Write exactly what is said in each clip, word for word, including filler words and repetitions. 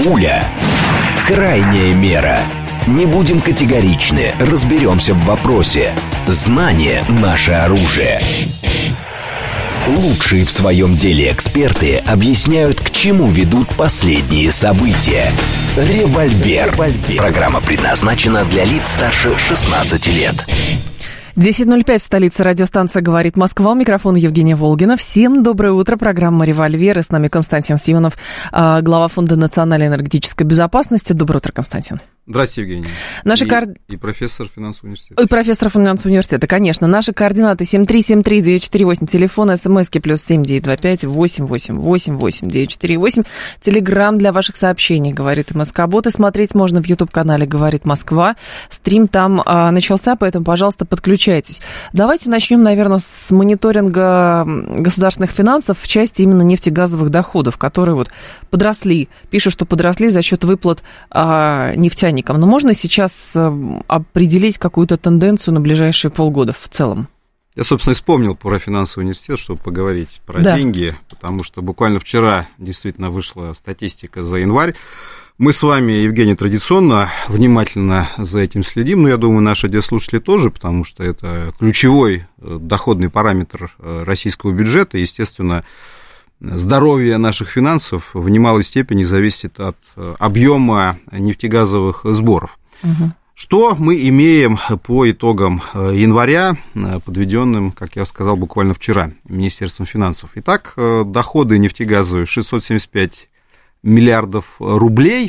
Пуля. Крайняя мера. Не будем категоричны, разберемся в вопросе. Знание – наше оружие. Лучшие в своем деле эксперты объясняют, к чему ведут последние события. Револьвер. Револьвер. Программа предназначена для лиц старше шестнадцати лет. десять ноль пять в столице. Радиостанция «Говорит Москва». У микрофона Евгения Волгина. Всем доброе утро. Программа «Револьвер». И с нами Константин Симонов, глава Фонда национальной энергетической безопасности. Доброе утро, Константин. Здравствуйте, Евгений. Наши и, кор... и профессор финансового университета. И профессор финансового университета, конечно. Наши координаты семь три семь три девять четыре восемь. Телефон, смски плюс семь девять два пять восемь восемь восемь восемь девять четыре восемь. Телеграм для ваших сообщений, говорит МСК-бот. И смотреть можно в YouTube-канале «Говорит Москва». Стрим там а, начался, поэтому, пожалуйста, подключайтесь. Давайте начнем, наверное, с мониторинга государственных финансов в части именно нефтегазовых доходов, которые вот подросли. Пишут, что подросли за счет выплат а, нефтяникам. Но можно сейчас определить какую-то тенденцию на ближайшие полгода в целом? Я, собственно, вспомнил про финансовый университет, чтобы поговорить про да. деньги, потому что буквально вчера действительно вышла статистика за январь. Мы с вами, Евгений, традиционно внимательно за этим следим, но я думаю, наши радиослушатели тоже, потому что это ключевой доходный параметр российского бюджета, и, естественно, здоровье наших финансов в немалой степени зависит от объема нефтегазовых сборов. Угу. Что мы имеем по итогам января, подведенным, как я сказал, буквально вчера Министерством финансов? Итак, доходы нефтегазовые шестьсот семьдесят пять миллиардов рублей.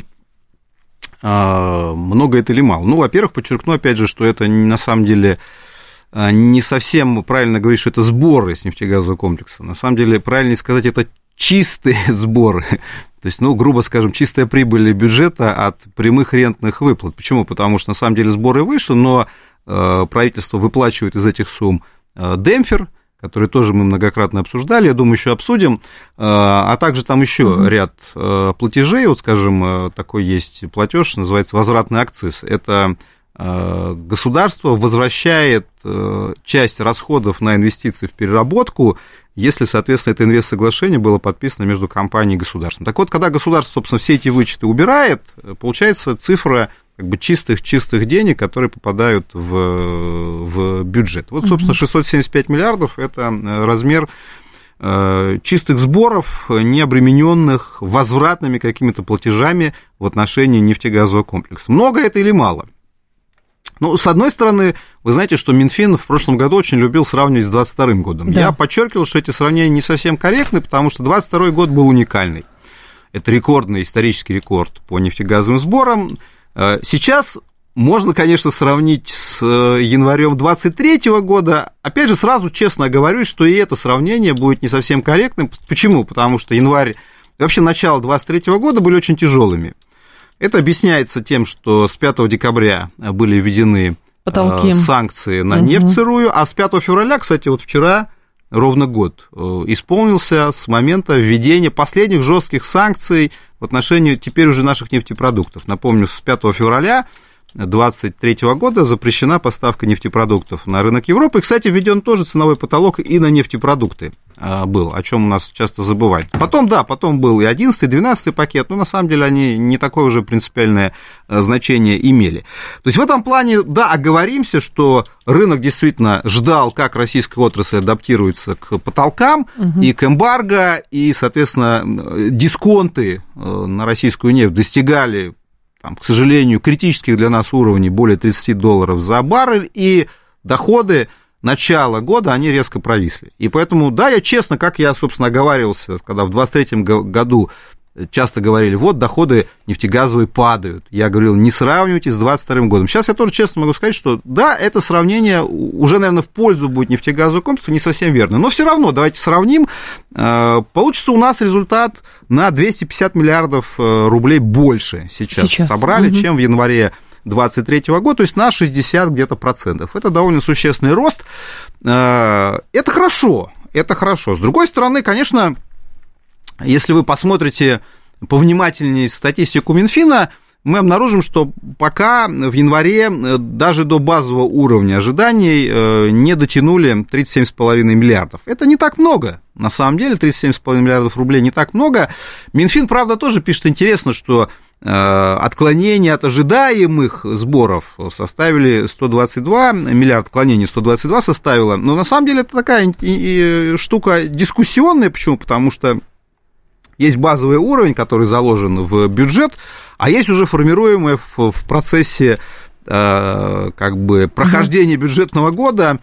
Много это или мало? Ну, во-первых, подчеркну, опять же, что это на самом деле не совсем правильно говорить, что это сборы с нефтегазового комплекса. На самом деле, правильнее сказать, это чистые сборы. То есть, ну, грубо скажем, чистая прибыль бюджета от прямых рентных выплат. Почему? Потому что, на самом деле, сборы выше, но э, правительство выплачивает из этих сумм э, демпфер, который тоже мы многократно обсуждали, я думаю, еще обсудим, э, а также там еще mm-hmm. ряд э, платежей. Вот, скажем, э, такой есть платеж, называется возвратный акциз. Это государство возвращает часть расходов на инвестиции в переработку, если, соответственно, это инвестсоглашение было подписано между компанией и государством. Так вот, когда государство, собственно, все эти вычеты убирает, получается цифра как бы чистых-чистых денег, которые попадают в, в бюджет. Вот, собственно, шестьсот семьдесят пять миллиардов – это размер чистых сборов, не обремененных возвратными какими-то платежами в отношении нефтегазового комплекса. Много это или мало? Ну, с одной стороны, вы знаете, что Минфин в прошлом году очень любил сравнивать с двадцать вторым годом. Да. Я подчеркивал, что эти сравнения не совсем корректны, потому что двадцать второй год был уникальный. Это рекордный исторический рекорд по нефтегазовым сборам. Сейчас можно, конечно, сравнить с январем двадцать третьего года. Опять же, сразу честно говорю, что и это сравнение будет не совсем корректным. Почему? Потому что январь, вообще начало двадцать третьего года были очень тяжелыми. Это объясняется тем, что с пятого декабря были введены Потолки. санкции на угу. нефть сырую, а с пятого февраля, кстати, вот вчера ровно год исполнился с момента введения последних жестких санкций в отношении теперь уже наших нефтепродуктов. Напомню, с пятого февраля две тысячи двадцать третьего года запрещена поставка нефтепродуктов на рынок Европы. И, кстати, введен тоже ценовой потолок и на нефтепродукты был, о чем у нас часто забывают. Потом, да, потом был и одиннадцатый, двенадцатый пакет, но на самом деле они не такое уже принципиальное значение имели. То есть в этом плане, да, оговоримся, что рынок действительно ждал, как российская отрасль адаптируется к потолкам угу. и к эмбарго, и, соответственно, дисконты на российскую нефть достигали, там, к сожалению, критических для нас уровней более тридцать долларов за баррель, и доходы начала года, они резко провисли. И поэтому, да, я честно, как я, собственно, оговаривался, когда в двадцать третьем году часто говорили, вот, доходы нефтегазовые падают. Я говорил, не сравнивайте с двадцать вторым годом. Сейчас я тоже честно могу сказать, что, да, это сравнение уже, наверное, в пользу будет нефтегазового комплекса, не совсем верно. Но все равно, давайте сравним. Получится у нас результат на двести пятьдесят миллиардов рублей больше сейчас, сейчас. собрали, угу. чем в январе двадцать третьего года, то есть на шестьдесят где-то процентов. Это довольно существенный рост. Это хорошо, это хорошо. С другой стороны, конечно, если вы посмотрите повнимательнее статистику Минфина, мы обнаружим, что пока в январе даже до базового уровня ожиданий не дотянули тридцать семь целых пять десятых миллиардов. Это не так много. На самом деле тридцать семь целых пять десятых миллиардов рублей не так много. Минфин, правда, тоже пишет интересно, что отклонения от ожидаемых сборов составили сто двадцать два, миллиард отклонений сто двадцать два составило. Но на самом деле это такая штука дискуссионная. Почему? Потому что есть базовый уровень, который заложен в бюджет, а есть уже формируемое в, в процессе как бы прохождения бюджетного года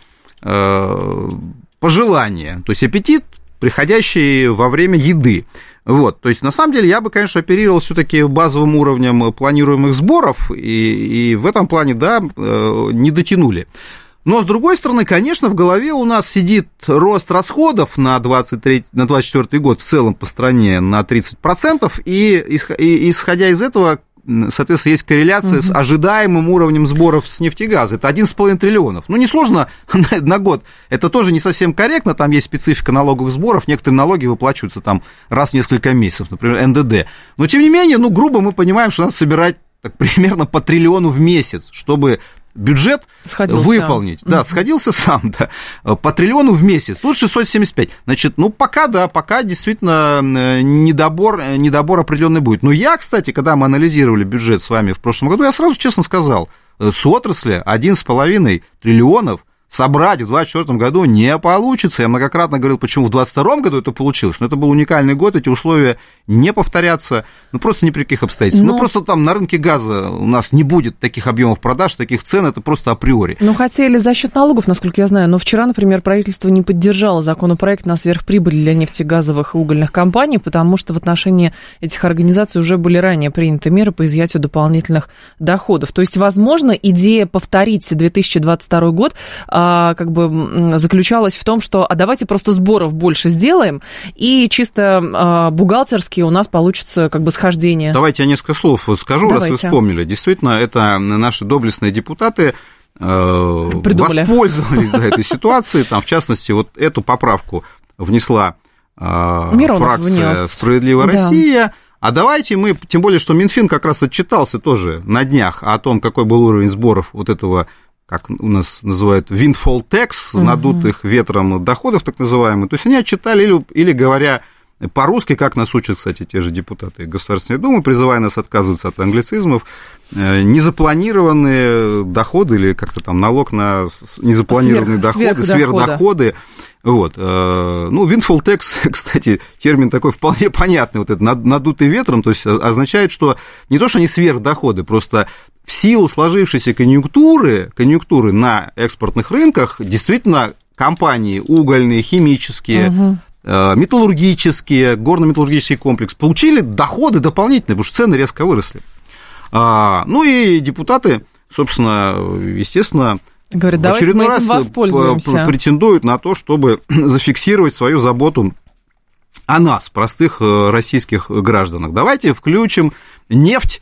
пожелания, то есть аппетит, приходящий во время еды. Вот, то есть, на самом деле, я бы, конечно, оперировал все-таки базовым уровнем планируемых сборов, и, и в этом плане, да, не дотянули. Но, с другой стороны, конечно, в голове у нас сидит рост расходов на двадцать третий, на двадцать четвёртый год в целом по стране на тридцать процентов, и, и исходя из этого, соответственно, есть корреляция угу. с ожидаемым уровнем сборов с нефтегаза. Это один и пять триллионов. Ну, несложно на, на год. Это тоже не совсем корректно. Там есть специфика налоговых сборов. Некоторые налоги выплачиваются там раз в несколько месяцев, например, эн дэ дэ. Но, тем не менее, ну, грубо мы понимаем, что надо собирать так, примерно по триллиону в месяц, чтобы бюджет сходился. Выполнить. Да, uh-huh. сходился сам, да, по триллиону в месяц. Тут шестьсот семьдесят пять. Значит, ну, пока, да, пока действительно недобор, недобор определенный будет. Но я, кстати, когда мы анализировали бюджет с вами в прошлом году, я сразу честно сказал, с отрасли один и пять триллионов собрать в двадцать четвёртом году не получится. Я многократно говорил, почему в двадцать втором году это получилось. Но это был уникальный год, эти условия не повторятся, ну, просто ни при каких обстоятельствах. Но... Ну, просто там на рынке газа у нас не будет таких объемов продаж, таких цен, это просто априори. Ну, хотели за счет налогов, насколько я знаю, но вчера, например, правительство не поддержало законопроект на сверхприбыль для нефтегазовых и угольных компаний, потому что в отношении этих организаций уже были ранее приняты меры по изъятию дополнительных доходов. То есть, возможно, идея повторить две тысячи двадцать второй год как бы заключалась в том, что а давайте просто сборов больше сделаем, и чисто бухгалтерски у нас получится как бы схождение. Давайте я несколько слов скажу, давайте. Раз вы вспомнили. Действительно, это наши доблестные депутаты Придумали. Воспользовались да, этой ситуацией. Там, в частности, вот эту поправку внесла Миронов фракция внес. «Справедливая да. Россия». А давайте мы, тем более, что Минфин как раз отчитался тоже на днях о том, какой был уровень сборов вот этого, как у нас называют, windfall tax, угу. надутых ветром доходов, так называемых. То есть они отчитали, или, или говоря по-русски, как нас учат, кстати, те же депутаты Государственной Думы, призывая нас отказываться от англицизмов, незапланированные доходы или как-то там налог на незапланированные Сверх, доходы, сверхдоходы. Вот. Ну, windfall tax, кстати, термин такой вполне понятный, вот это надутый ветром, то есть означает, что не то, что они сверхдоходы, просто в силу сложившейся конъюнктуры, конъюнктуры на экспортных рынках, действительно, компании угольные, химические, угу. металлургические, горно-металлургический комплекс получили доходы дополнительные, потому что цены резко выросли. Ну и депутаты, собственно, естественно, говорят, в очередной раз претендуют на то, чтобы зафиксировать свою заботу о нас, простых российских гражданах. Давайте включим нефть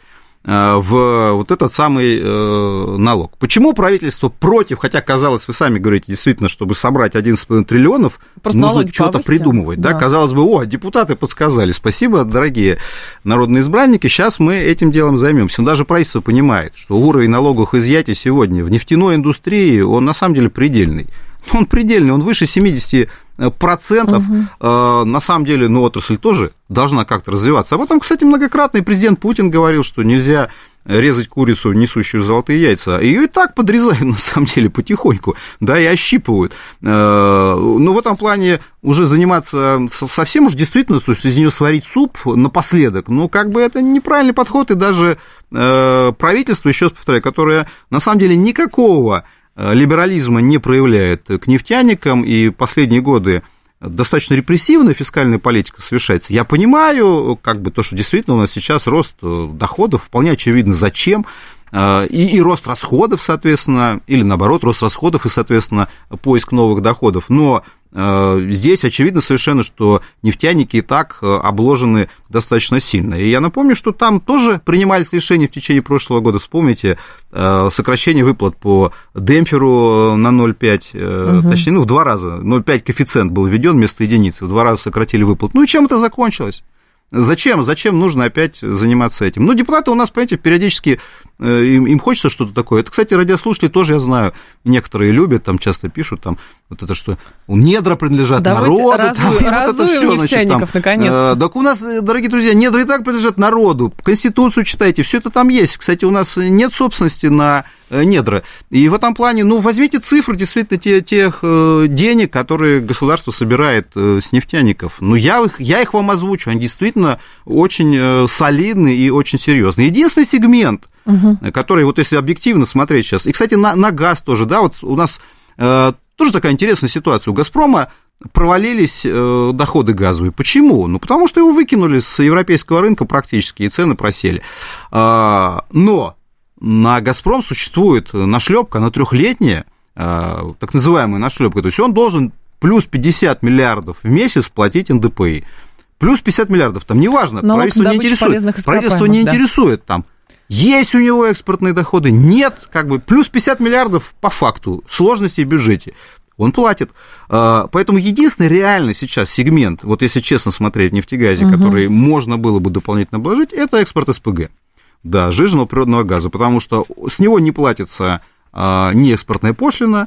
в вот этот самый налог. Почему правительство против, хотя, казалось, вы сами говорите, действительно, чтобы собрать одиннадцать и пять триллионов, просто нужно что-то придумывать. Да. Да? Казалось бы, о, депутаты подсказали, спасибо, дорогие народные избранники, сейчас мы этим делом займемся. Но даже правительство понимает, что уровень налоговых изъятий сегодня в нефтяной индустрии, он на самом деле предельный. Он предельный, он выше семьдесят процентов. Угу. На самом деле, ну, отрасль тоже должна как-то развиваться. Об этом, кстати, многократно и президент Путин говорил, что нельзя резать курицу, несущую золотые яйца. Ее и так подрезают, на самом деле, потихоньку, да, и ощипывают. Но в этом плане уже заниматься совсем уж действительно, то есть из нее сварить суп напоследок, ну, как бы это неправильный подход, и даже правительство, еще раз повторяю, которое на самом деле никакого либерализма не проявляет к нефтяникам, и последние годы достаточно репрессивная фискальная политика совершается. Я понимаю, как бы, то, что действительно у нас сейчас рост доходов, вполне очевидно, зачем, и, и рост расходов, соответственно, или наоборот, рост расходов и, соответственно, поиск новых доходов, но здесь очевидно совершенно, что нефтяники и так обложены достаточно сильно. И я напомню, что там тоже принимались решения в течение прошлого года. Вспомните, сокращение выплат по демпферу на ноль целых пять, угу. точнее, ну, в два раза, ноль целых пять коэффициент был введен вместо единицы, в два раза сократили выплат. Ну и чем это закончилось? Зачем? Зачем нужно опять заниматься этим? Ну, депутаты у нас, понимаете, периодически им, им хочется что-то такое. Это, кстати, радиослушатели тоже, я знаю, некоторые любят, там часто пишут, там, вот это что, недра принадлежат Давайте народу. разу, там, разуем вот нефтяников, наконец-то. Э, так у нас, дорогие друзья, недра и так принадлежат народу. Конституцию читайте, все это там есть. Кстати, у нас нет собственности на недра. И в этом плане, ну, возьмите цифры, действительно, те, тех э, денег, которые государство собирает э, с нефтяников. Ну, я их, я их вам озвучу, они действительно очень э, солидны и очень серьезные. Единственный сегмент, угу. который, вот если объективно смотреть сейчас, и, кстати, на, на газ тоже, да, вот у нас э, тоже такая интересная ситуация. У «Газпрома» провалились э, доходы газовые. Почему? Ну, потому что его выкинули с европейского рынка практически, и цены просели. А, но на «Газпром» существует нашлепка, она трехлетняя, так называемая нашлепка, то есть он должен плюс пятьдесят миллиардов в месяц платить эн дэ пэ и. Плюс пятьдесят миллиардов, там неважно, налог правительство не интересует, правительство не да. интересует, там, есть у него экспортные доходы, нет, как бы, плюс пятьдесят миллиардов по факту, сложности в бюджете. Он платит. Поэтому единственный реальный сейчас сегмент, вот если честно смотреть в нефтегазе, угу. который можно было бы дополнительно обложить, это экспорт эс пэ гэ. Да, сжиженного природного газа, потому что с него не платится а, ни экспортная пошлина,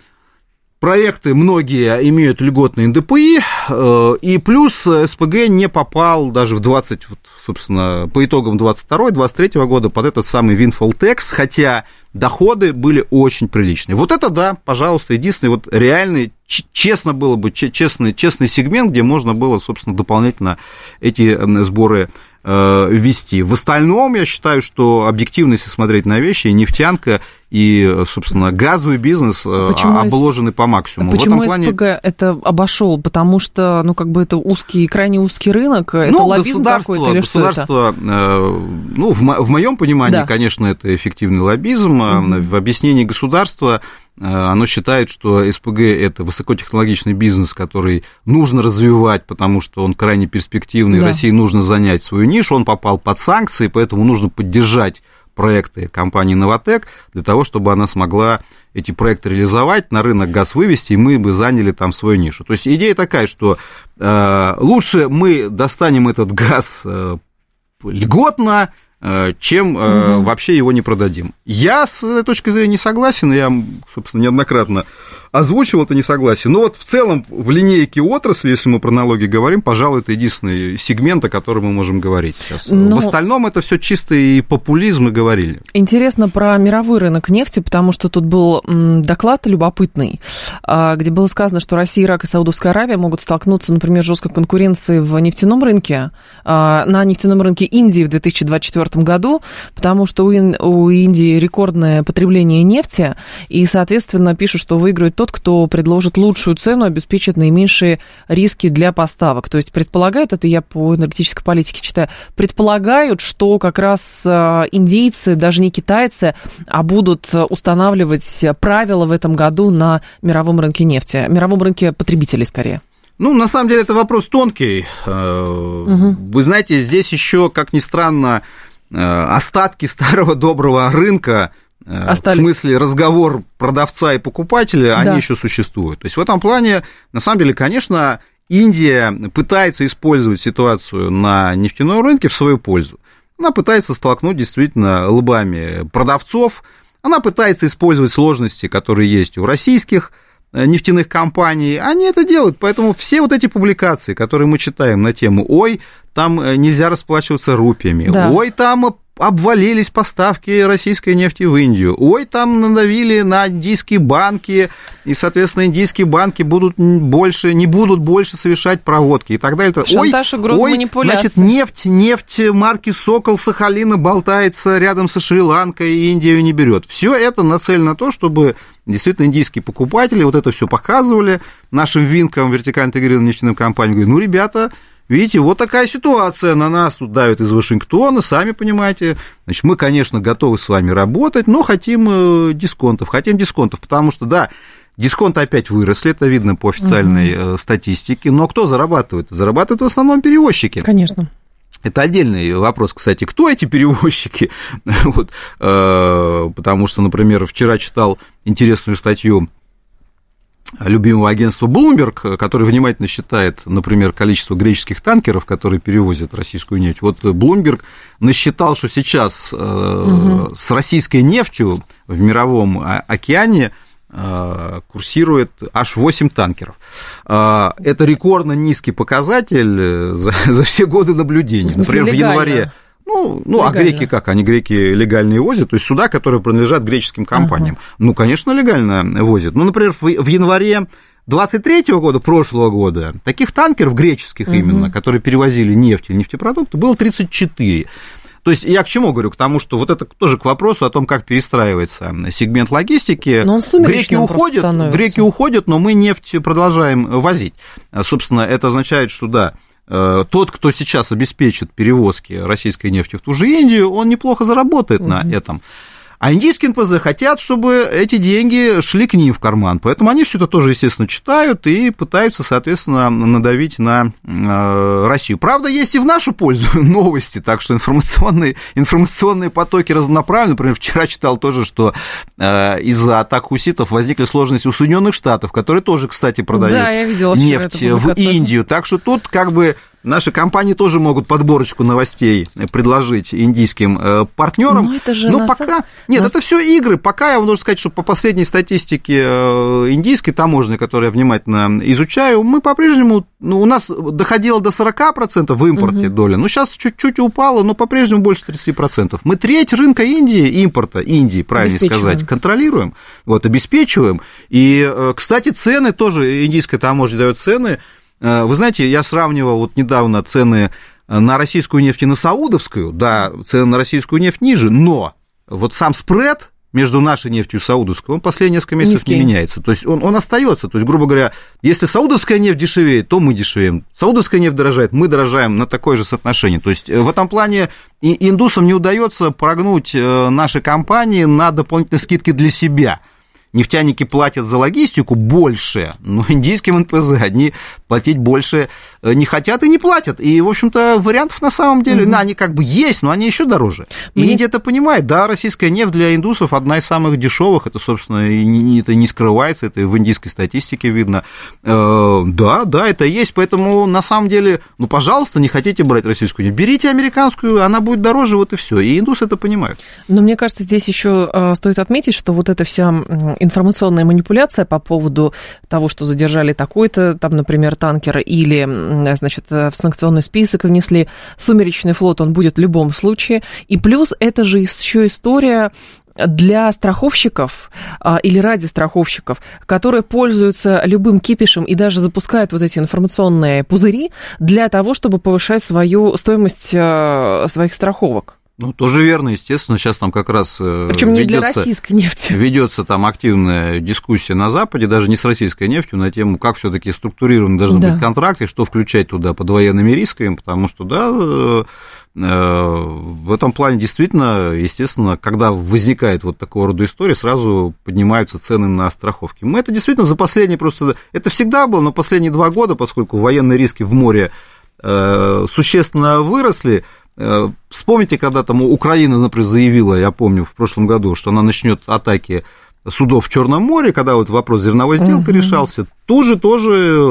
проекты многие имеют льготный эн дэ пэ и, а, и плюс эс пэ гэ не попал даже в двадцать, вот, собственно, по итогам двадцать второго — двадцать третьего года под этот самый windfall tax, хотя доходы были очень приличные. Вот это, да, пожалуйста, единственный вот реальный, честно было бы, честный, честный сегмент, где можно было, собственно, дополнительно эти сборы ввести. В остальном, я считаю, что объективно, если смотреть на вещи, нефтянка и, собственно, газовый бизнес почему обложены по максимуму. Почему в этом плане... эс пэ гэ это обошел? Потому что, ну, как бы это узкий, крайне узкий рынок, это ну, лоббизм какой-то или что это? Государство, ну, в, в моем понимании, да. конечно, это эффективный лоббизм. Угу. В объяснении государства оно считает, что эс пэ гэ – это высокотехнологичный бизнес, который нужно развивать, потому что он крайне перспективный, да. России нужно занять свою нишу, он попал под санкции, поэтому нужно поддержать проекты компании «Новатэк» для того, чтобы она смогла эти проекты реализовать, на рынок газ вывести, и мы бы заняли там свою нишу. То есть идея такая, что э, лучше мы достанем этот газ э, льготно, чем угу. вообще его не продадим. Я с этой точки зрения не согласен, я, собственно, неоднократно озвучивал это несогласие, но вот в целом в линейке отрасли, если мы про налоги говорим, пожалуй, это единственный сегмент, о котором мы можем говорить сейчас. Но... В остальном это все чистый популизм, мы говорили. Интересно про мировой рынок нефти, потому что тут был доклад любопытный, где было сказано, что Россия, Ирак и Саудовская Аравия могут столкнуться, например, с жесткой конкуренцией в нефтяном рынке, на нефтяном рынке Индии в две тысячи двадцать четвёртом году, потому что у Индии рекордное потребление нефти, и, соответственно, пишут, что выиграет тот, кто предложит лучшую цену, обеспечит наименьшие риски для поставок. То есть предполагают, это я по энергетической политике читаю, предполагают, что как раз индейцы, даже не китайцы, а будут устанавливать правила в этом году на мировом рынке нефти, мировом рынке потребителей скорее. Ну, на самом деле, это вопрос тонкий. Угу. Вы знаете, здесь еще, как ни странно, остатки старого доброго рынка, остались. В смысле разговор продавца и покупателя, да. они еще существуют. То есть в этом плане, на самом деле, конечно, Индия пытается использовать ситуацию на нефтяном рынке в свою пользу. Она пытается столкнуть действительно лбами продавцов, она пытается использовать сложности, которые есть у российских нефтяных компаний, они это делают, поэтому все вот эти публикации, которые мы читаем на тему «Ой, там нельзя расплачиваться рупиями», да. «Ой, там обвалились поставки российской нефти в Индию», «Ой, там надавили на индийские банки, и, соответственно, индийские банки будут больше, не будут больше совершать проводки» и так далее. Шантаж, угроза, ой, манипуляция. Значит, нефть, нефть марки «Сокол» Сахалина болтается рядом со Шри-Ланкой, и Индия ее не берет. Все это нацелено на то, чтобы действительно индийские покупатели вот это все показывали нашим винкам, вертикально интегрированным нефтяным компаниям, говорят, ну, ребята, видите, вот такая ситуация, на нас тут давят из Вашингтона, сами понимаете, значит, мы, конечно, готовы с вами работать, но хотим дисконтов, хотим дисконтов, потому что, да, дисконты опять выросли, это видно по официальной угу. статистике, но кто зарабатывает? Зарабатывают в основном перевозчики. Конечно. Это отдельный вопрос, кстати, кто эти перевозчики, вот, э, потому что, например, вчера читал интересную статью любимого агентства Bloomberg, который внимательно считает, например, количество греческих танкеров, которые перевозят российскую нефть. Вот Bloomberg насчитал, что сейчас э, угу. с российской нефтью в мировом океане курсирует аж восемь танкеров. Это рекордно низкий показатель за, за все годы наблюдения. В смысле, например, легально? в январе. Ну, ну а греки как? Они греки легальные возят, то есть суда, которые принадлежат греческим компаниям. Uh-huh. Ну, конечно, легально возят. Ну, например, в, в январе двадцать третьего года, прошлого года, таких танкеров греческих uh-huh. именно, которые перевозили нефть и нефтепродукты, было тридцать четыре. То есть я к чему говорю? К тому, что вот это тоже к вопросу о том, как перестраивается сегмент логистики. Но он греки уходят, греки уходят, но мы нефть продолжаем возить. Собственно, это означает, что да, тот, кто сейчас обеспечит перевозки российской нефти в ту же Индию, он неплохо заработает угу. на этом. А индийские эн пэ зэ хотят, чтобы эти деньги шли к ним в карман. Поэтому они все это тоже, естественно, читают и пытаются, соответственно, надавить на э, Россию. Правда, есть и в нашу пользу новости, так что информационные, информационные потоки разнонаправлены. Например, вчера читал тоже, что э, из-за атак хуситов возникли сложности у Соединенных Штатов, которые тоже, кстати, продают да, я видела нефть в Индию. Так что тут как бы... Наши компании тоже могут подборочку новостей предложить индийским э, партнерам. Но это же Но нас... пока... Нет, нас... это все игры. Пока я должен сказать, что по последней статистике э, индийской таможни, которую я внимательно изучаю, мы по-прежнему... Ну, у нас доходило до сорок процентов в импорте угу. доля. Ну, сейчас чуть-чуть упало, но по-прежнему больше тридцать процентов. Мы треть рынка Индии, импорта Индии, правильно сказать, контролируем, вот, обеспечиваем. И, э, кстати, цены тоже, индийская таможня дает цены. Вы знаете, я сравнивал вот недавно цены на российскую нефть и на саудовскую, да, цены на российскую нефть ниже, но вот сам спред между нашей нефтью и саудовской, он последние несколько месяцев Низкий. не меняется, то есть он, он остается, то есть, грубо говоря, если саудовская нефть дешевеет, то мы дешевеем, саудовская нефть дорожает, мы дорожаем на такое же соотношение, то есть в этом плане индусам не удается прогнуть наши компании на дополнительные скидки для себя. Нефтяники платят за логистику больше, но индийским эн пэ зэ они платить больше не хотят и не платят. И, в общем-то, вариантов на самом деле, угу. они как бы есть, но они еще дороже. Мне... И Индия это понимает. Да, российская нефть для индусов одна из самых дешевых. Это, собственно, и это не скрывается, это и в индийской статистике видно. Да, да, это есть. Поэтому, на самом деле, ну, пожалуйста, не хотите брать российскую нефть, берите американскую, она будет дороже, вот и все. И индусы это понимают. Но мне кажется, здесь еще стоит отметить, что вот эта вся информационная манипуляция по поводу того, что задержали такой-то, там, например, танкер, или, значит, в санкционный список внесли Сумеречный флот, он будет в любом случае. И плюс это же еще история для страховщиков а, или ради страховщиков, которые пользуются любым кипишем и даже запускают вот эти информационные пузыри для того, чтобы повышать свою стоимость а, своих страховок. Ну, тоже верно, естественно, сейчас там как раз Причем не ведется, для российской нефти. Ведется там активная дискуссия на Западе, даже не с российской нефтью, на тему, как все-таки структурированы должны да. быть контракты, что включать туда под военными рисками, потому что, да, в этом плане действительно, естественно, когда возникает вот такого рода история, сразу поднимаются цены на страховки. Мы это действительно за последние просто... Это всегда было, но последние два года, поскольку военные риски в море существенно выросли. Вспомните, когда там Украина, например, заявила, я помню, в прошлом году, что она начнет атаки судов в Черном море, когда вот вопрос зерновой сделки uh-huh. решался, тут же тоже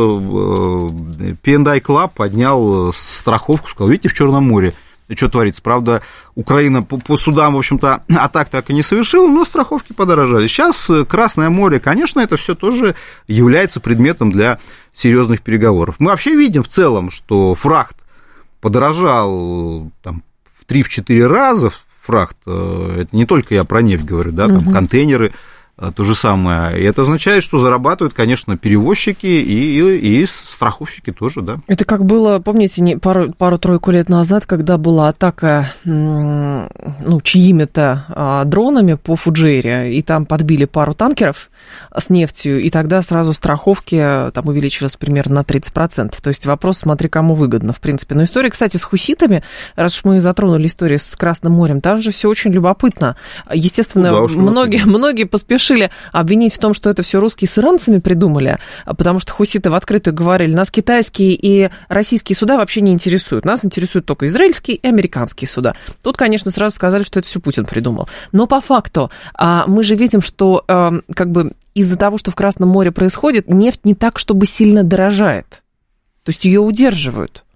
пи энд ай Club поднял страховку, сказал, видите, в Черном море что творится. Правда, Украина по, по судам, в общем-то, атак так и не совершила, но страховки подорожали. Сейчас Красное море, конечно, это все тоже является предметом для серьезных переговоров. Мы вообще видим в целом, что фрахт подорожал там, в три-четыре раза, фрахт, это не только я про нефть говорю, да, там угу. контейнеры, то же самое. И это означает, что зарабатывают, конечно, перевозчики и, и, и страховщики тоже, да. Это как было, помните, пару, пару-тройку лет назад, когда была атака ну, чьими-то дронами по Фуджейре, и там подбили пару танкеров с нефтью, и тогда сразу страховки там увеличились примерно на тридцать процентов. То есть вопрос, смотри, кому выгодно, в принципе. Но история, кстати, с хуситами, раз уж мы затронули историю с Красным морем, там же все очень любопытно. Естественно, ну, да, многие, многие поспешили обвинить в том, что это все русские с иранцами придумали, потому что хуситы в открытую говорили, нас китайские и российские суда вообще не интересуют, нас интересуют только израильские и американские суда. Тут, конечно, сразу сказали, что это все Путин придумал. Но по факту мы же видим, что как бы из-за того, что в Красном море происходит, нефть не так, чтобы сильно дорожает. То есть ее удерживают.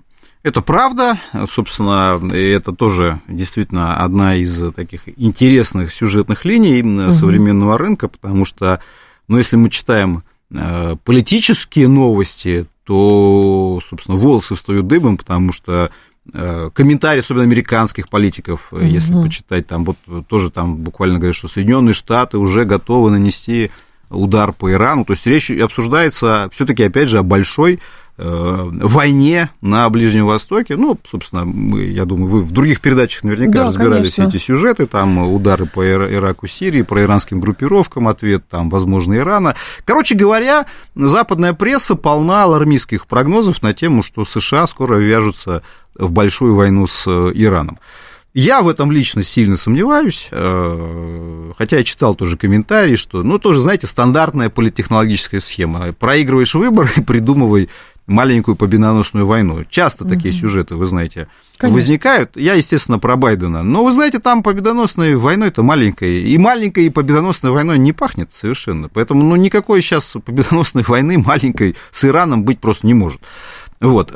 Это правда, собственно, это тоже действительно одна из таких интересных сюжетных линий угу. современного рынка, потому что, ну, если мы читаем политические новости, то, собственно, волосы встают дыбом, потому что комментарии, особенно американских политиков, угу. если почитать, там вот тоже там буквально говорят, что Соединенные Штаты уже готовы нанести удар по Ирану, то есть речь обсуждается все-таки, опять же, о большой войне на Ближнем Востоке. Ну, собственно, мы, я думаю, вы в других передачах наверняка да, разбирали конечно. Все эти сюжеты, там удары по Ираку, Сирии, про иранским группировкам, ответ там, возможно, Ирана. Короче говоря, западная пресса полна алармистских прогнозов на тему, что США скоро ввяжутся в большую войну с Ираном. Я в этом лично сильно сомневаюсь, хотя я читал тоже комментарии, что, ну, тоже, знаете, стандартная политтехнологическая схема. Проигрываешь выборы, придумывай маленькую победоносную войну. Часто угу. такие сюжеты, вы знаете, конечно. Возникают. Я, естественно, про Байдена. Но, вы знаете, там победоносной войной-то маленькой. И маленькой и победоносной войной не пахнет совершенно. Поэтому, ну, никакой сейчас победоносной войны маленькой с Ираном быть просто не может. Вот.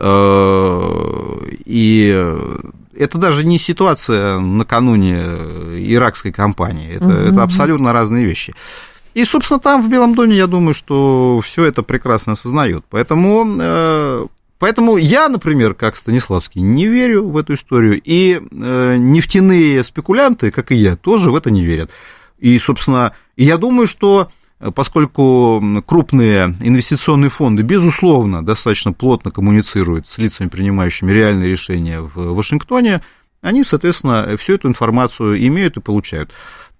И это даже не ситуация накануне иракской кампании. Это, угу. это абсолютно разные вещи. И, собственно, там, в Белом доме, я думаю, что все это прекрасно осознают. Поэтому, э, поэтому я, например, как Станиславский, не верю в эту историю. И э, нефтяные спекулянты, как и я, тоже в это не верят. И, собственно, я думаю, что поскольку крупные инвестиционные фонды, безусловно, достаточно плотно коммуницируют с лицами, принимающими реальные решения в Вашингтоне, они, соответственно, всю эту информацию имеют и получают.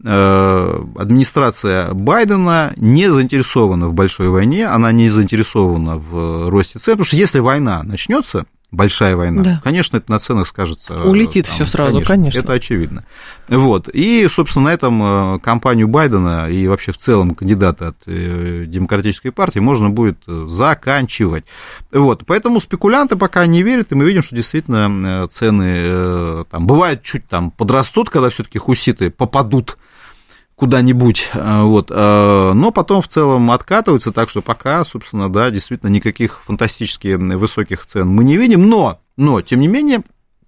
Администрация Байдена не заинтересована в большой войне, она не заинтересована в росте цен, потому что если война начнется, большая война, да. конечно, это на ценах скажется. Улетит все сразу, конечно, конечно. Это очевидно. Вот. И, собственно, на этом кампанию Байдена и вообще в целом кандидата от Демократической партии можно будет заканчивать. Вот. Поэтому спекулянты пока не верят, и мы видим, что действительно цены там, бывает чуть там подрастут, когда все-таки хуситы попадут куда-нибудь, вот, но потом в целом откатываются, так что пока, собственно, да, действительно никаких фантастически высоких цен мы не видим, но, но, тем не менее,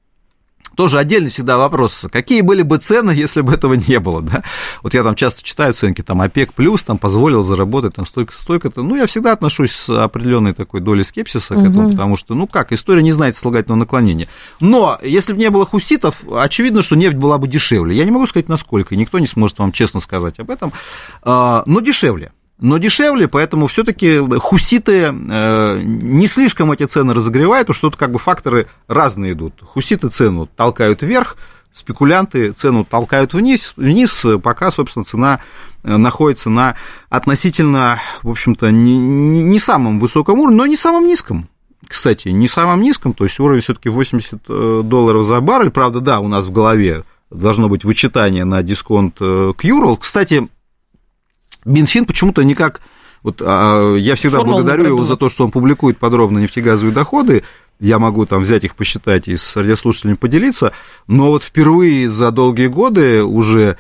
тоже отдельный всегда вопрос, какие были бы цены, если бы этого не было, да, вот я там часто читаю оценки, там, ОПЕК плюс, там, позволил заработать, там, столько-то, столько-то, ну, я всегда отношусь с определенной такой долей скепсиса к этому, угу. потому что, ну, как, история не знает слагательного наклонения, но, если бы не было хуситов, очевидно, что нефть была бы дешевле, я не могу сказать, насколько, никто не сможет вам честно сказать об этом, но дешевле. Но дешевле, поэтому все-таки хуситы не слишком эти цены разогревают, потому что тут как бы факторы разные идут. Хуситы цену толкают вверх, спекулянты цену толкают вниз, вниз, пока, собственно, цена находится на относительно, в общем-то, не, не самом высоком уровне, но и не самом низком. Кстати, не самом низком, то есть уровень все-таки восемьдесят долларов за баррель. Правда, да, у нас в голове должно быть вычитание на дисконт к Юрл. Кстати, Минфин почему-то никак, вот я всегда Формул благодарю его за то, что он публикует подробно нефтегазовые доходы, я могу там взять их, посчитать и с радиослушателями поделиться, но вот впервые за долгие годы уже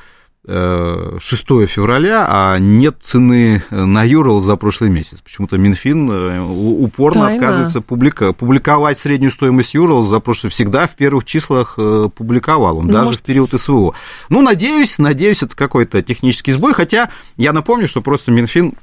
шестого февраля, а нет цены на Юрл за прошлый месяц. Почему-то Минфин упорно Тайна. отказывается публика, публиковать среднюю стоимость Юрл за прошлый, всегда в первых числах публиковал он, ну, даже может... в период СВО. Ну, надеюсь, надеюсь, это какой-то технический сбой, хотя я напомню, что просто Минфин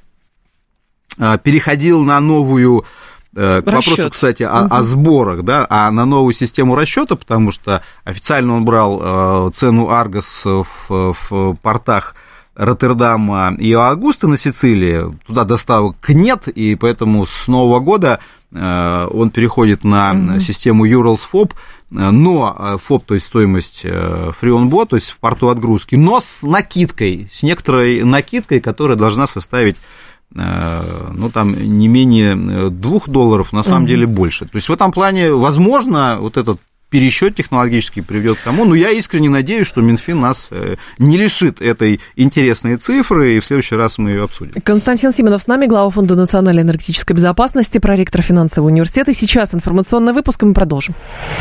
переходил на новую... К Расчёт. вопросу, кстати, о, угу. о сборах, да, а на новую систему расчета, потому что официально он брал цену Аргос в, в портах Роттердама и Аугуста на Сицилии, туда доставок нет, и поэтому с нового года он переходит на угу. систему Urals фоп, но фоп, то есть стоимость free on board, то есть в порту отгрузки, но с накидкой, с некоторой накидкой, которая должна составить, ну, там, не менее двух долларов, на самом mm-hmm. деле больше. То есть в этом плане, возможно, вот этот пересчет технологический приведет к тому, но я искренне надеюсь, что Минфин нас не лишит этой интересной цифры, и в следующий раз мы ее обсудим. Константин Симонов с нами, глава Фонда национальной энергетической безопасности, проректор финансового университета. Сейчас информационный выпуск, и мы продолжим.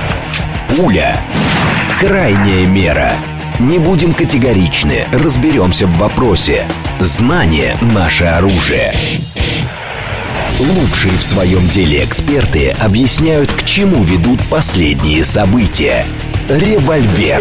Пуля. Крайняя мера. Не будем категоричны, разберемся в вопросе. Знание – наше оружие. Лучшие в своем деле эксперты объясняют, к чему ведут последние события. Револьвер.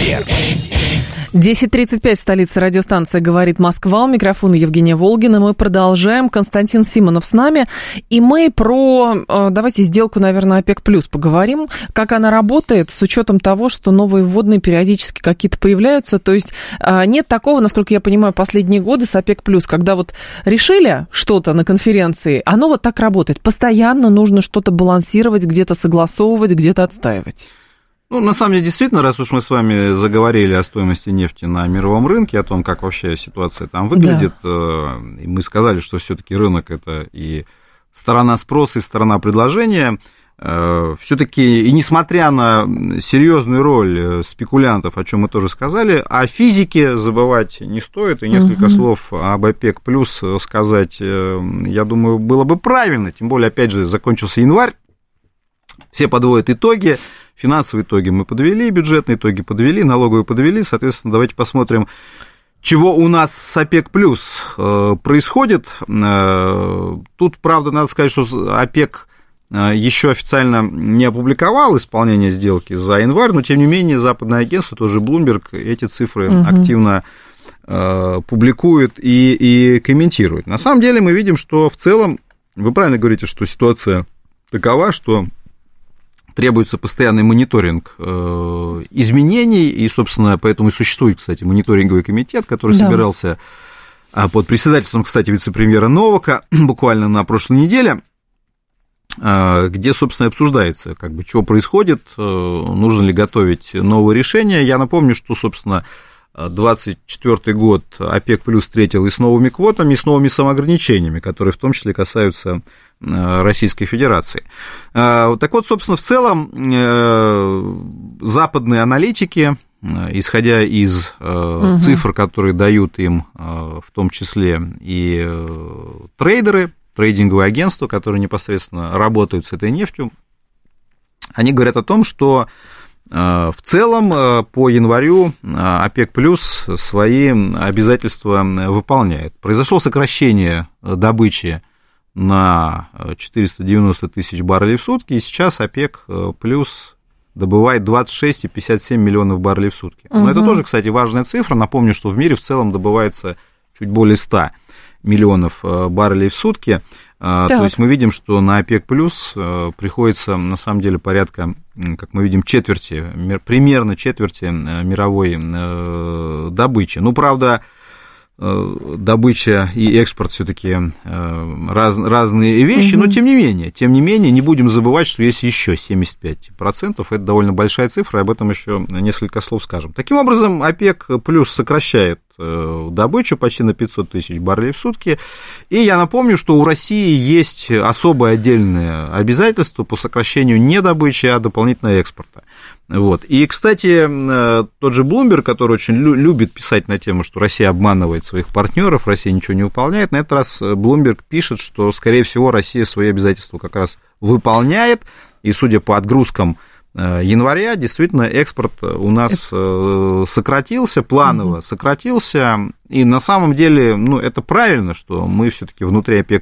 десять тридцать пять в столице, радиостанция «Говорит Москва». У микрофона Евгения Волгина. Мы продолжаем. Константин Симонов с нами. И мы про, давайте, сделку, наверное, ОПЕК+ поговорим. Как она работает с учетом того, что новые вводные периодически какие-то появляются. То есть нет такого, насколько я понимаю, последние годы с ОПЕК+, когда вот решили что-то на конференции, оно вот так работает. Постоянно нужно что-то балансировать, где-то согласовывать, где-то отстаивать. Ну, на самом деле, действительно, раз уж мы с вами заговорили о стоимости нефти на мировом рынке, о том, как вообще ситуация там выглядит, да. И мы сказали, что все-таки рынок – это и сторона спроса, и сторона предложения, все-таки, и несмотря на серьезную роль спекулянтов, о чем мы тоже сказали, о физике забывать не стоит, и несколько угу. слов об ОПЕК+ сказать, я думаю, было бы правильно, тем более, опять же, закончился январь, все подводят итоги. Финансовые итоги мы подвели, бюджетные итоги подвели, налоговые подвели. Соответственно, давайте посмотрим, чего у нас с ОПЕК+ происходит. Тут, правда, надо сказать, что ОПЕК еще официально не опубликовал исполнение сделки за январь, но, тем не менее, западное агентство, тоже Bloomberg, эти цифры угу. активно публикует и, и комментирует. На самом деле мы видим, что в целом, вы правильно говорите, что ситуация такова, что требуется постоянный мониторинг э, изменений, и, собственно, поэтому и существует, кстати, мониторинговый комитет, который да. собирался э, под председательством, кстати, вице-премьера Новака буквально на прошлой неделе, э, где, собственно, обсуждается, как бы, что происходит, э, нужно ли готовить новые решения. Я напомню, что, собственно, двадцать четвёртый год ОПЕК+ встретил и с новыми квотами, и с новыми самоограничениями, которые в том числе касаются Российской Федерации. Так вот, собственно, в целом западные аналитики, исходя из угу. цифр, которые дают им в том числе и трейдеры, трейдинговые агентства, которые непосредственно работают с этой нефтью, они говорят о том, что в целом по январю ОПЕК+ свои обязательства выполняет. Произошло сокращение добычи на четыреста девяносто тысяч баррелей в сутки, и сейчас ОПЕК+ добывает двадцать шесть целых пятьдесят семь миллионов баррелей в сутки. Но угу. это тоже, кстати, важная цифра. Напомню, что в мире в целом добывается чуть более ста миллионов баррелей в сутки. Так. То есть мы видим, что на ОПЕК+ приходится, на самом деле, порядка, как мы видим, четверти, примерно четверти мировой добычи. Ну, правда, добыча и экспорт все-таки раз, разные вещи, mm-hmm. но тем не менее, тем не менее, не будем забывать, что есть еще семьдесят пять процентов, это довольно большая цифра, и об этом еще несколько слов скажем. Таким образом, ОПЕК+ сокращает добычу почти на пятьсот тысяч баррелей в сутки, и я напомню, что у России есть особое отдельное обязательство по сокращению не добычи, а дополнительного экспорта. Вот. И, кстати, тот же Bloomberg, который очень любит писать на тему, что Россия обманывает своих партнеров, Россия ничего не выполняет, на этот раз Bloomberg пишет, что, скорее всего, Россия свои обязательства как раз выполняет, и, судя по отгрузкам января, действительно, экспорт у нас сократился, планово сократился, и на самом деле, ну, это правильно, что мы все-таки внутри ОПЕК+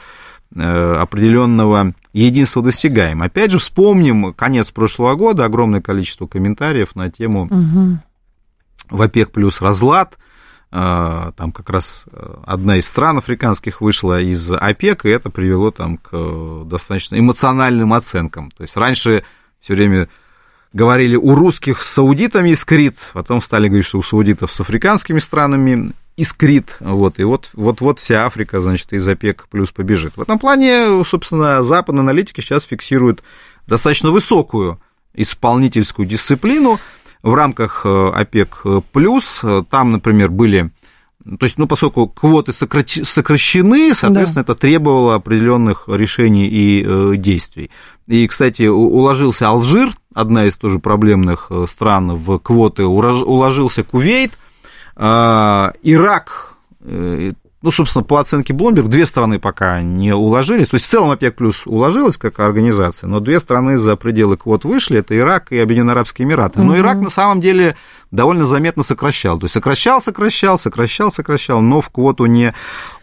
определенного единства достигаем. Опять же, вспомним конец прошлого года, огромное количество комментариев на тему угу. в ОПЕК+ разлад. Там как раз одна из стран африканских вышла из ОПЕК, и это привело там к достаточно эмоциональным оценкам. То есть раньше все время говорили у русских с саудитами искрит, потом стали говорить, что у саудитов с африканскими странами искрит, вот, и вот, вот, вот вся Африка, значит, из ОПЕК+ побежит. В этом плане, собственно, западные аналитики сейчас фиксируют достаточно высокую исполнительскую дисциплину в рамках ОПЕК+. Там, например, были... То есть, ну, поскольку квоты сокращены, соответственно, да. это требовало определенных решений и э, действий. И, кстати, уложился Алжир, одна из тоже проблемных стран, в квоты, уложился Кувейт, э, Ирак, э, ну, собственно, по оценке Bloomberg, две страны пока не уложились. То есть, в целом ОПЕК+ уложилась как организация, но две страны за пределы квот вышли, это Ирак и Объединенные Арабские Эмираты. Но угу. Ирак, на самом деле, довольно заметно сокращал. То есть, сокращал, сокращал, сокращал, сокращал, но в квоту не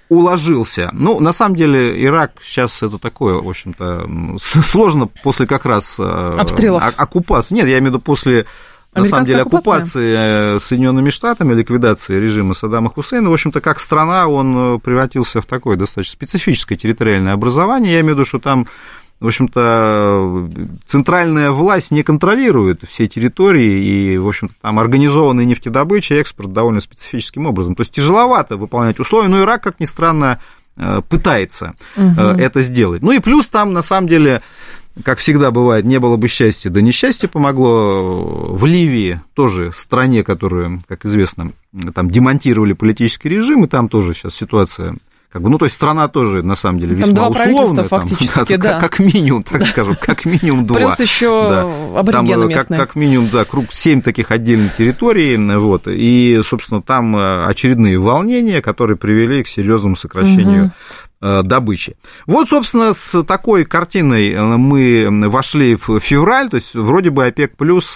уложился. Ну, на самом деле, Ирак сейчас это такое, в общем-то, сложно после как раз... Обстрелов. Оккупации. Нет, я имею в виду после... На самом деле, оккупации Соединенными Штатами, ликвидации режима Саддама Хусейна, в общем-то, как страна, он превратился в такое достаточно специфическое территориальное образование. Я имею в виду, что там, в общем-то, центральная власть не контролирует все территории, и, в общем-то, там организованная нефтедобыча, экспорт довольно специфическим образом. То есть тяжеловато выполнять условия, но Ирак, как ни странно, пытается угу. это сделать. Ну и плюс там, на самом деле... Как всегда бывает, не было бы счастья, да несчастье помогло. В Ливии тоже стране, которую, как известно, там демонтировали политический режим, и там тоже сейчас ситуация, как бы, ну, то есть страна тоже, на самом деле, весьма там условная. Там, фактически, да, да. Как, как минимум, так скажем, как минимум два. Плюс еще да. аборигены там, местные. Как, как минимум, да, круг семь таких отдельных территорий, вот, и, собственно, там очередные волнения, которые привели к серьезному сокращению угу. добычи. Вот, собственно, с такой картиной мы вошли в февраль, то есть вроде бы ОПЕК+,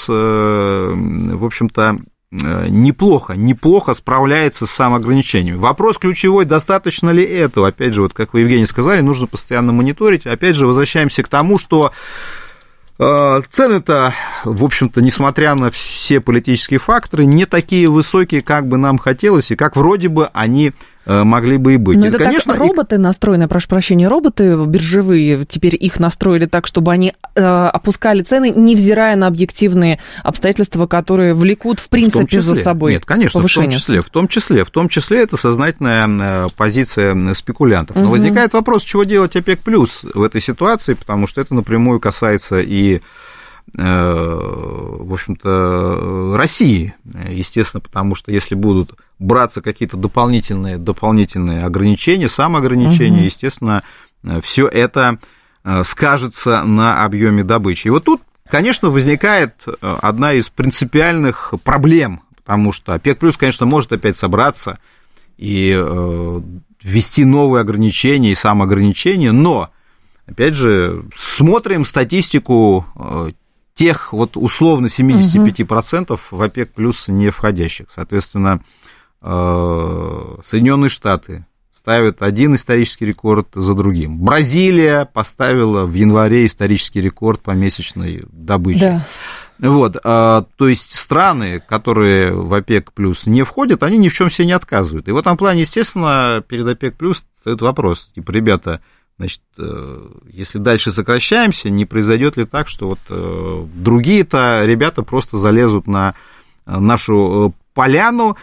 в общем-то, неплохо, неплохо справляется с самоограничениями. Вопрос ключевой, достаточно ли этого? Опять же, вот как вы, Евгений, сказали, нужно постоянно мониторить. Опять же, возвращаемся к тому, что цены-то, в общем-то, несмотря на все политические факторы, не такие высокие, как бы нам хотелось, и как вроде бы они могли бы и быть. Но это, это конечно, так, роботы и... настроены, прошу прощения, роботы биржевые, теперь их настроили так, чтобы они э, опускали цены, невзирая на объективные обстоятельства, которые влекут, в принципе, в за собой Нет, конечно, повышение. в том числе, в том числе, в том числе это сознательная позиция спекулянтов. Но угу. возникает вопрос, чего делать ОПЕК+ в этой ситуации, потому что это напрямую касается и в общем-то, России, естественно, потому что если будут браться какие-то дополнительные, дополнительные ограничения, самоограничения, угу. естественно, все это скажется на объеме добычи. И вот тут, конечно, возникает одна из принципиальных проблем, потому что ОПЕК+, конечно, может опять собраться и ввести новые ограничения и самоограничения, но, опять же, смотрим статистику тех вот условно семьдесят пять процентов в ОПЕК+ не входящих. Соответственно, Соединенные Штаты ставят один исторический рекорд за другим. Бразилия поставила в январе исторический рекорд по месячной добыче. Да. Вот, то есть страны, которые в ОПЕК+ не входят, они ни в чем себе не отказывают. И в этом плане, естественно, перед ОПЕК+ стоит вопрос, типа, ребята, значит, если дальше сокращаемся, не произойдет ли так, что вот другие-то ребята просто залезут на нашу поляну,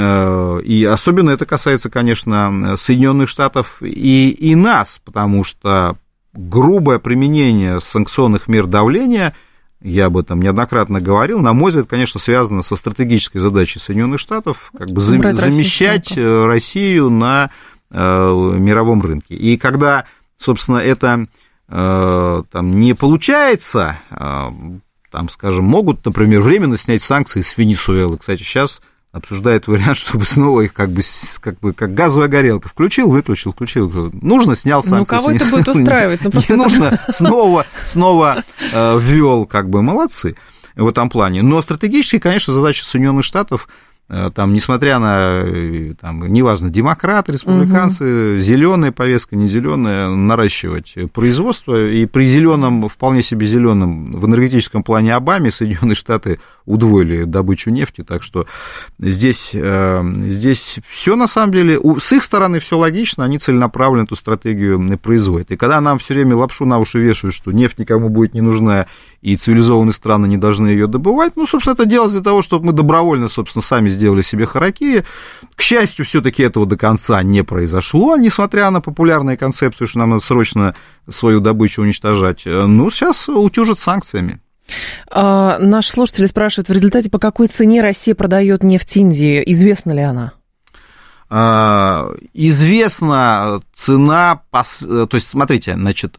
и особенно это касается, конечно, Соединенных Штатов и, и нас, потому что грубое применение санкционных мер давления, я об этом неоднократно говорил, на мой взгляд, конечно, связано со стратегической задачей Соединенных Штатов, как бы Убрать замещать Россию, Россию на мировом рынке. И когда, собственно, это там не получается, там, скажем, могут, например, временно снять санкции с Венесуэлы. Кстати, сейчас обсуждает вариант, чтобы снова их как бы, как бы как газовая горелка. Включил, выключил, включил. Нужно, снял санкции. Ну, кого это будет устраивать? Ну, просто не нужно, снова, снова ввел, как бы, молодцы в этом плане. Но стратегически, конечно, задача Соединенных Штатов, там, несмотря на, там, неважно, демократы, республиканцы, угу. зеленая повестка, не зеленая, наращивать производство. И при зеленом, вполне себе зеленом, в энергетическом плане Обаме Соединенные Штаты удвоили добычу нефти. Так что здесь, здесь все на самом деле, с их стороны все логично, они целенаправленно эту стратегию производят. И когда нам все время лапшу на уши вешают, что нефть никому будет не нужна, и цивилизованные страны не должны ее добывать, ну, собственно, это делается для того, чтобы мы добровольно, собственно, сами сделали себе харакири. К счастью, все-таки этого до конца не произошло, несмотря на популярные концепции, что нам надо срочно свою добычу уничтожать. Ну, сейчас утюжат санкциями. А, наши слушатели спрашивают, в результате по какой цене Россия продает нефть Индии? Известна ли она? А, известна цена, то есть, смотрите, значит,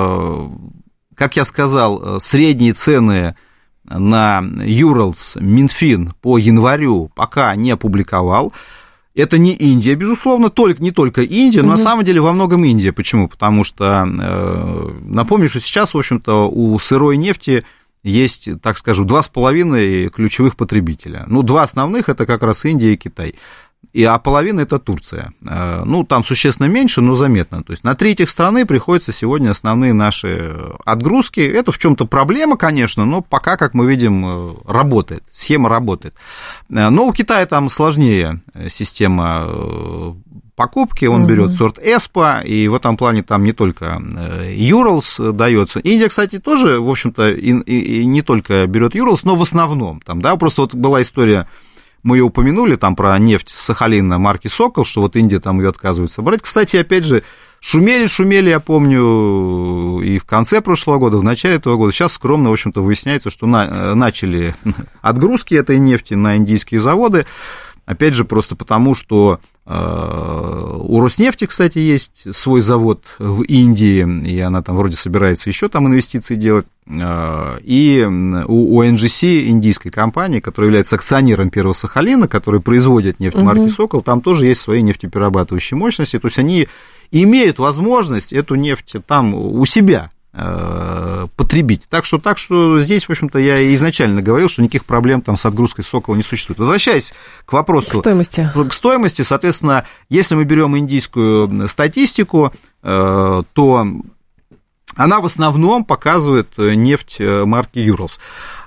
как я сказал, средние цены на Юралс Минфин по январю пока не опубликовал. Это не Индия, безусловно, только, не только Индия, но угу. на самом деле во многом Индия. Почему? Потому что, напомню, что сейчас, в общем-то, у сырой нефти есть, так скажем, два с половиной ключевых потребителя. Ну, два основных – это как раз Индия и Китай. и, а половина – это Турция. Ну, там существенно меньше, но заметно. То есть на три этих страны приходятся сегодня основные наши отгрузки. Это в чем-то проблема, конечно, но пока, как мы видим, работает, схема работает. Но у Китая там сложнее система покупки, он угу. берет сорт Эспа, и в этом плане там не только Юралс дается. Индия, кстати, тоже, в общем-то, и, и, и не только берет Юралс, но в основном там, да, просто вот была история. Мы ее упомянули, там, про нефть с Сахалина марки «Сокол», что вот Индия там ее отказывается брать. Кстати, опять же, шумели-шумели, я помню, и в конце прошлого года, в начале этого года. Сейчас скромно, в общем-то, выясняется, что на, начали отгрузки этой нефти на индийские заводы. Опять же, просто потому, что э, у Роснефти, кстати, есть свой завод в Индии, и она там вроде собирается еще там инвестиции делать, э, и у о эн джи си, индийской компании, которая является акционером Первого Сахалина, который производит нефть марки угу. «Сокол», там тоже есть свои нефтеперерабатывающие мощности, то есть они имеют возможность эту нефть там у себя потребить. Так что, так что здесь, в общем-то, я изначально говорил, что никаких проблем там с отгрузкой «Сокола» не существует. Возвращаясь к вопросу... К стоимости. К стоимости, соответственно, если мы берем индийскую статистику, то она в основном показывает нефть марки «Юралс».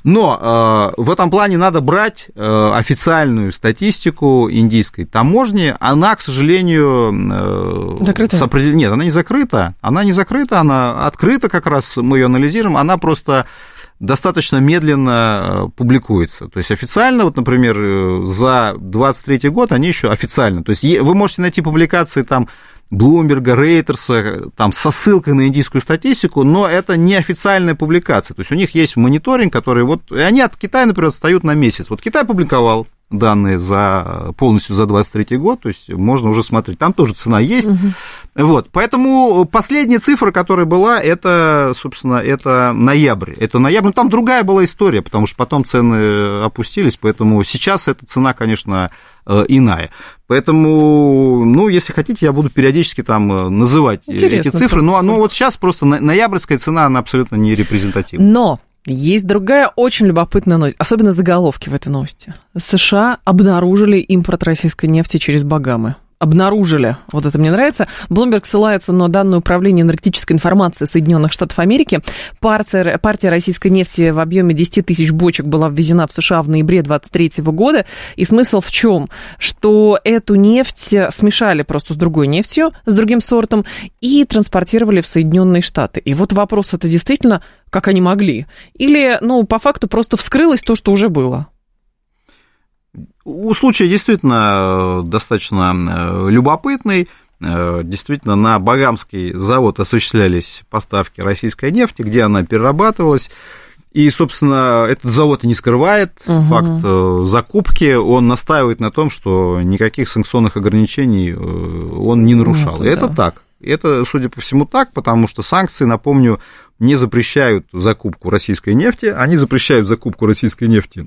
Но э, в этом плане надо брать э, официальную статистику индийской таможни. Она, к сожалению... Э, закрыта? Определ... Нет, она не закрыта. Она не закрыта, она открыта как раз, мы ее анализируем. Она просто достаточно медленно публикуется. То есть официально, вот, например, за двадцать третий год они еще официально. То есть вы можете найти публикации там Блумберга, Рейтерса, там, со ссылкой на индийскую статистику, но это не официальная публикация. То есть у них есть мониторинг, который вот... И они от Китая, например, отстают на месяц. Вот Китай публиковал данные за, полностью за двадцать третий год, то есть можно уже смотреть. Там тоже цена есть. Угу. Вот, поэтому последняя цифра, которая была, это, собственно, это ноябрь. Это ноябрь. Но там другая была история, потому что потом цены опустились, поэтому сейчас эта цена, конечно, иная. Поэтому, ну, если хотите, я буду периодически там называть Интересно, эти цифры. Но, но вот сейчас просто ноябрьская цена, она абсолютно не репрезентативна. Но есть другая очень любопытная новость, особенно заголовки в этой новости. США обнаружили импорт российской нефти через Багамы. Обнаружили. Вот это мне нравится. Bloomberg ссылается на данные Управления энергетической информации Соединенных Штатов Америки. Партия, партия российской нефти в объеме десять тысяч бочек была ввезена в США в ноябре двадцать третьего года. И смысл в чем? Что эту нефть смешали просто с другой нефтью, с другим сортом, и транспортировали в Соединенные Штаты. И вот вопрос, это действительно, как они могли? Или, ну, по факту просто вскрылось то, что уже было? У случая действительно достаточно любопытный. Действительно, на Багамский завод осуществлялись поставки российской нефти, где она перерабатывалась. И, собственно, этот завод и не скрывает угу. факт закупки. Он настаивает на том, что никаких санкционных ограничений он не нарушал. Это, это да. так. Это, судя по всему, так, потому что санкции, напомню, не запрещают закупку российской нефти. Они запрещают закупку российской нефти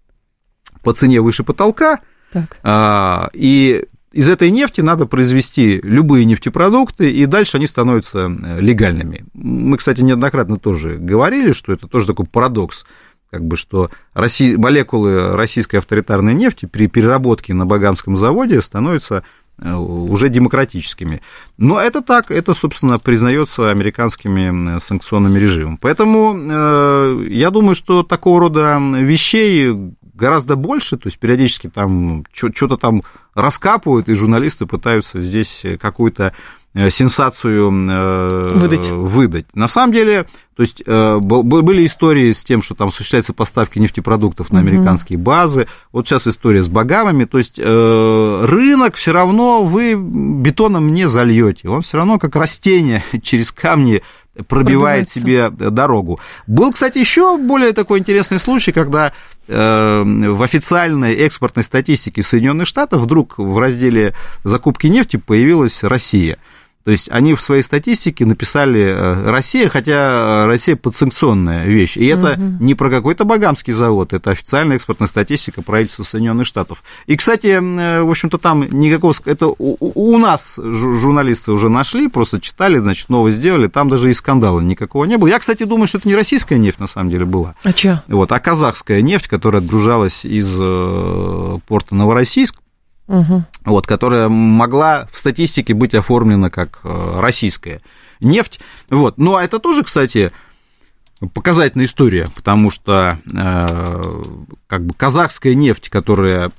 по цене выше потолка, так. А, и из этой нефти надо произвести любые нефтепродукты, и дальше они становятся легальными. Мы, кстати, неоднократно тоже говорили, что это тоже такой парадокс, как бы, что Россия, молекулы российской авторитарной нефти при переработке на Багамском заводе становятся уже демократическими. Но это так, это, собственно, признается американскими санкционными режимами. Поэтому э, я думаю, что такого рода вещей гораздо больше, то есть периодически там что-то там раскапывают, и журналисты пытаются здесь какую-то сенсацию выдать. выдать. На самом деле, то есть были истории с тем, что там осуществляются поставки нефтепродуктов на американские базы, вот сейчас история с Багамами, то есть рынок все равно вы бетоном не зальете, он все равно как растение через камни пробивает себе дорогу. Был, кстати, еще более такой интересный случай, когда э, в официальной экспортной статистике Соединенных Штатов вдруг в разделе закупки нефти появилась Россия. То есть они в своей статистике написали Россия, хотя Россия подсанкционная вещь. И это угу. не про какой-то Багамский завод, это официальная экспортная статистика правительства Соединенных Штатов. И, кстати, в общем-то, там никакого... Это у, у нас журналисты уже нашли, просто читали, значит, новость сделали, там даже и скандала никакого не было. Я, кстати, думаю, что это не российская нефть, на самом деле, была. А чья? Вот, а казахская нефть, которая отгружалась из порта Новороссийск, угу. вот, которая могла в статистике быть оформлена как российская нефть. Вот. Ну, а это тоже, кстати, показательная история, потому что э, как бы казахская нефть, которая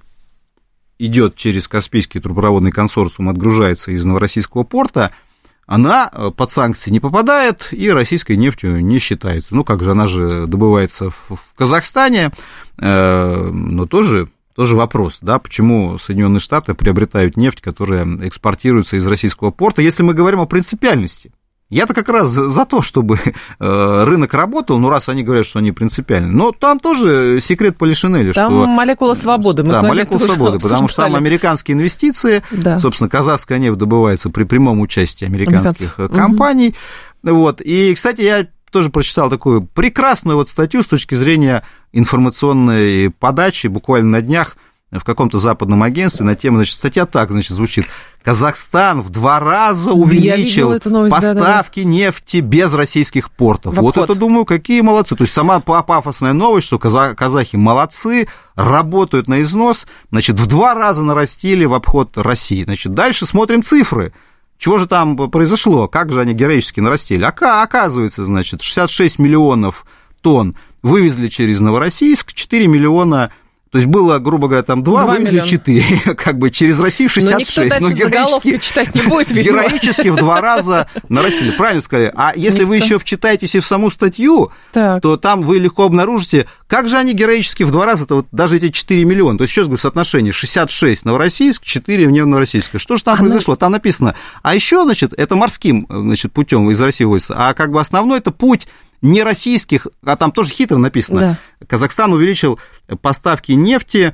идет через Каспийский трубопроводный консорциум, отгружается из Новороссийского порта, она под санкции не попадает и российской нефтью не считается. Ну, как же, она же добывается в, в Казахстане, э, но тоже, тоже вопрос, да, почему Соединенные Штаты приобретают нефть, которая экспортируется из российского порта, если мы говорим о принципиальности. Я-то как раз за то, чтобы рынок работал, ну, раз они говорят, что они принципиальны. Но там тоже секрет Полишинеля. Там что... молекула свободы. Мы да, с вами молекула свободы, обсуждали. Потому что там американские инвестиции, да. Собственно, казахская нефть добывается при прямом участии американских Американцев. компаний. Угу. Вот. И, кстати, я тоже прочитал такую прекрасную вот статью с точки зрения информационной подачи буквально на днях в каком-то западном агентстве на тему, значит, статья так, значит, звучит: Казахстан в два раза увеличил новость, поставки да, да. нефти без российских портов. Вот это, думаю, какие молодцы. То есть сама пафосная новость, что казахи молодцы, работают на износ, значит, в два раза нарастили в обход России. Значит, дальше смотрим цифры. Чего же там произошло? Как же они героически нарастили? Оказывается, значит, шестьдесят шесть миллионов тонн вывезли через Новороссийск, четыре миллиона. То есть было, грубо говоря, там два, вывезли четыре, как бы через Россию шестьдесят шесть. Но никто дальше героически, читать не будет, героически в два раза нарастили. Правильно сказали. А если никто. Вы еще вчитаетесь и в саму статью, так. то там вы легко обнаружите, как же они героически в два раза, это вот даже эти четыре миллиона. То есть, еще раз говорю, соотношение шестьдесят шесть Новороссийск, четыре вне Новороссийска. Что же там а произошло? На... Там написано. А еще, значит, это морским, значит, путем из России вводится. А как бы основной это путь не российских, а там тоже хитро написано. Да. Казахстан увеличил поставки нефти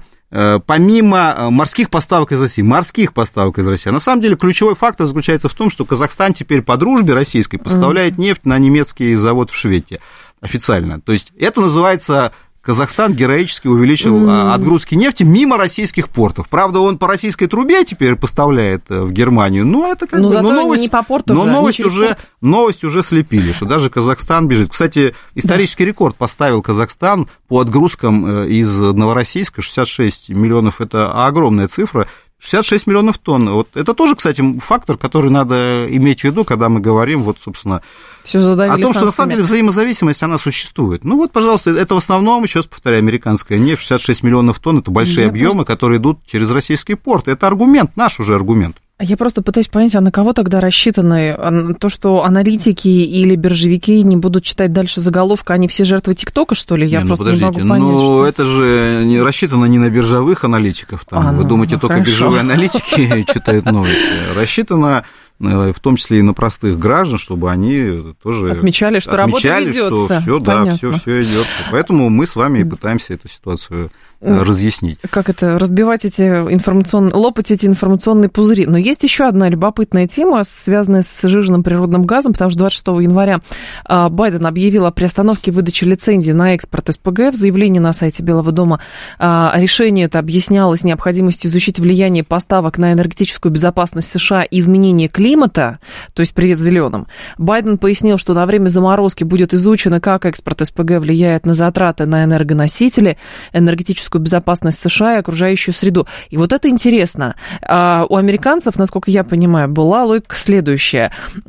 помимо морских поставок из России. Морских поставок из России. А на самом деле ключевой фактор заключается в том, что Казахстан теперь по дружбе российской поставляет нефть на немецкий завод в Швете официально. То есть это называется... Казахстан героически увеличил mm. отгрузки нефти мимо российских портов. Правда, он по российской трубе теперь поставляет в Германию, но это как но бы... Зато но новость, не по порту но уже, новость, уже, порт. новость уже слепили, что даже Казахстан бежит. Кстати, исторический да. рекорд поставил Казахстан по отгрузкам из Новороссийска. шестьдесят шесть миллионов – это огромная цифра. шестьдесят шесть миллионов тонн. Вот это тоже, кстати, фактор, который надо иметь в виду, когда мы говорим, вот, собственно, Всё о том, санкциями. Что на самом деле взаимозависимость, она существует. Ну вот, пожалуйста, это в основном, еще раз повторяю, американская нефть, шестьдесят шесть миллионов тонн, это большие Я объемы, просто... которые идут через российский порт. Это аргумент, наш уже аргумент. Я просто пытаюсь понять, а на кого тогда рассчитаны? То, что аналитики или биржевики не будут читать дальше заголовка, они все жертвы ТикТока, что ли? Я не, просто ну, не могу понять. Ну, что... это же не рассчитано не на биржевых аналитиков. Там. А, Вы ну, думаете, ну, только хорошо. Биржевые аналитики читают новости? Рассчитано в том числе и на простых граждан, чтобы они тоже отмечали, что отмечали, работа ведется. Что все, да, все, все идет. Поэтому мы с вами и пытаемся эту ситуацию разъяснить. Как это, разбивать эти информационные, лопать эти информационные пузыри. Но есть еще одна любопытная тема, связанная с сжиженным природным газом, потому что двадцать шестого января Байден объявил о приостановке выдачи лицензий на экспорт СПГ. В заявлении на сайте Белого дома решение это объяснялось необходимостью изучить влияние поставок на энергетическую безопасность США и изменение климата, то есть привет зеленым. Байден пояснил, что на время заморозки будет изучено, как экспорт СПГ влияет на затраты на энергоносители, энергетическую безопасность США и окружающую среду. И вот это интересно. У американцев, насколько я понимаю, была логика следующая.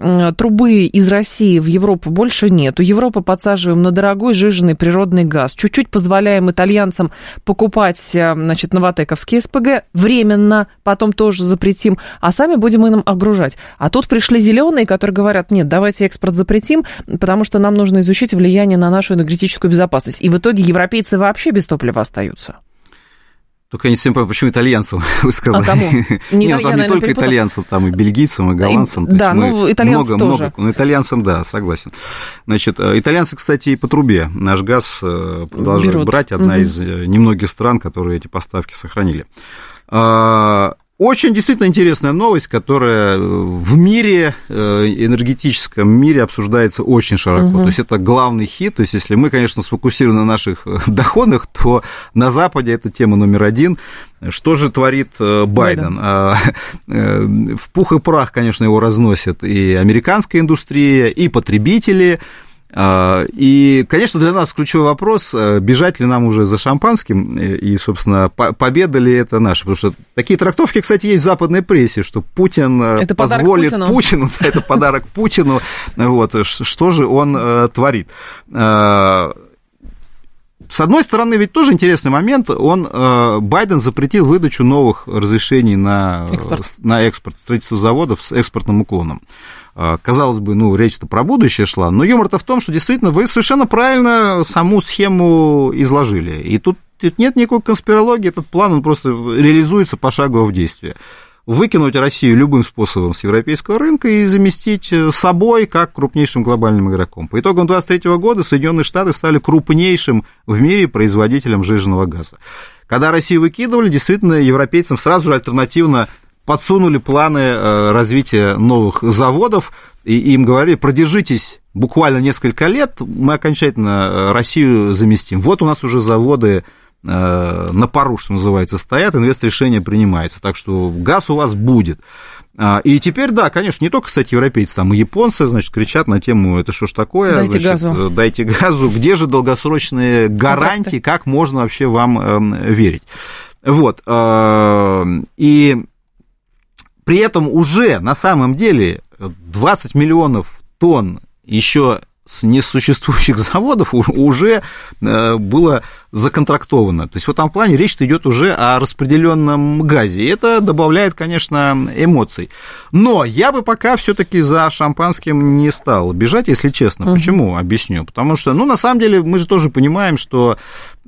Трубы из России в Европу больше нет. У Европы подсаживаем на дорогой сжиженный природный газ. Чуть-чуть позволяем итальянцам покупать, значит, новотековские СПГ временно, потом тоже запретим, а сами будем им огружать. А тут пришли зеленые, которые говорят, нет, давайте экспорт запретим, потому что нам нужно изучить влияние на нашу энергетическую безопасность. И в итоге европейцы вообще без топлива остаются. Только я не совсем понимаю, почему итальянцам, вы сказали. А кому? Не, Нет, там не только перепутал. Итальянцам, там и бельгийцам, и голландцам. Да, ну, итальянцам много, тоже. Много, ну, итальянцам, да, согласен. Значит, итальянцы, кстати, и по трубе наш газ продолжают Берут. брать. Одна угу. из немногих стран, которые эти поставки сохранили. Очень действительно интересная новость, которая в мире, энергетическом мире обсуждается очень широко. Угу. То есть это главный хит. То есть если мы, конечно, сфокусированы на наших доходах, то на Западе это тема номер один. Что же творит Байден? Байден. В пух и прах, конечно, его разносят и американская индустрия, и потребители. И, конечно, для нас ключевой вопрос, бежать ли нам уже за шампанским, и, собственно, победа ли это наша. Потому что такие трактовки, кстати, есть в западной прессе, что Путин это позволит Путину, Путину это подарок Путину, вот, что же он творит. С одной стороны, ведь тоже интересный момент, он, Байден запретил выдачу новых разрешений на экспорт, на экспорт строительство заводов с экспортным уклоном. Казалось бы, ну, речь-то про будущее шла, но юмор-то в том, что действительно вы совершенно правильно саму схему изложили. И тут, тут нет никакой конспирологии, этот план, он просто реализуется пошагово в действии. Выкинуть Россию любым способом с европейского рынка и заместить собой как крупнейшим глобальным игроком. По итогам двадцать третьего года Соединенные Штаты стали крупнейшим в мире производителем сжиженного газа. Когда Россию выкидывали, действительно, европейцам сразу же альтернативно подсунули планы развития новых заводов, и им говорили, продержитесь буквально несколько лет, мы окончательно Россию заместим. Вот у нас уже заводы на пару, что называется, стоят, инвест-решения принимаются, так что газ у вас будет. И теперь, да, конечно, не только, кстати, европейцы, там и японцы, значит, кричат на тему, это что ж такое? Дайте значит, газу. Дайте газу, где же долгосрочные гарантии, как можно вообще вам верить? Вот, и... При этом уже на самом деле двадцать миллионов тонн еще с несуществующих заводов уже было законтрактовано. То есть в этом плане речь-то идет уже о распределенном газе. И это добавляет, конечно, эмоций. Но я бы пока все-таки за шампанским не стал бежать, если честно. Uh-huh. Почему? Объясню. Потому что, ну, на самом деле, мы же тоже понимаем, что...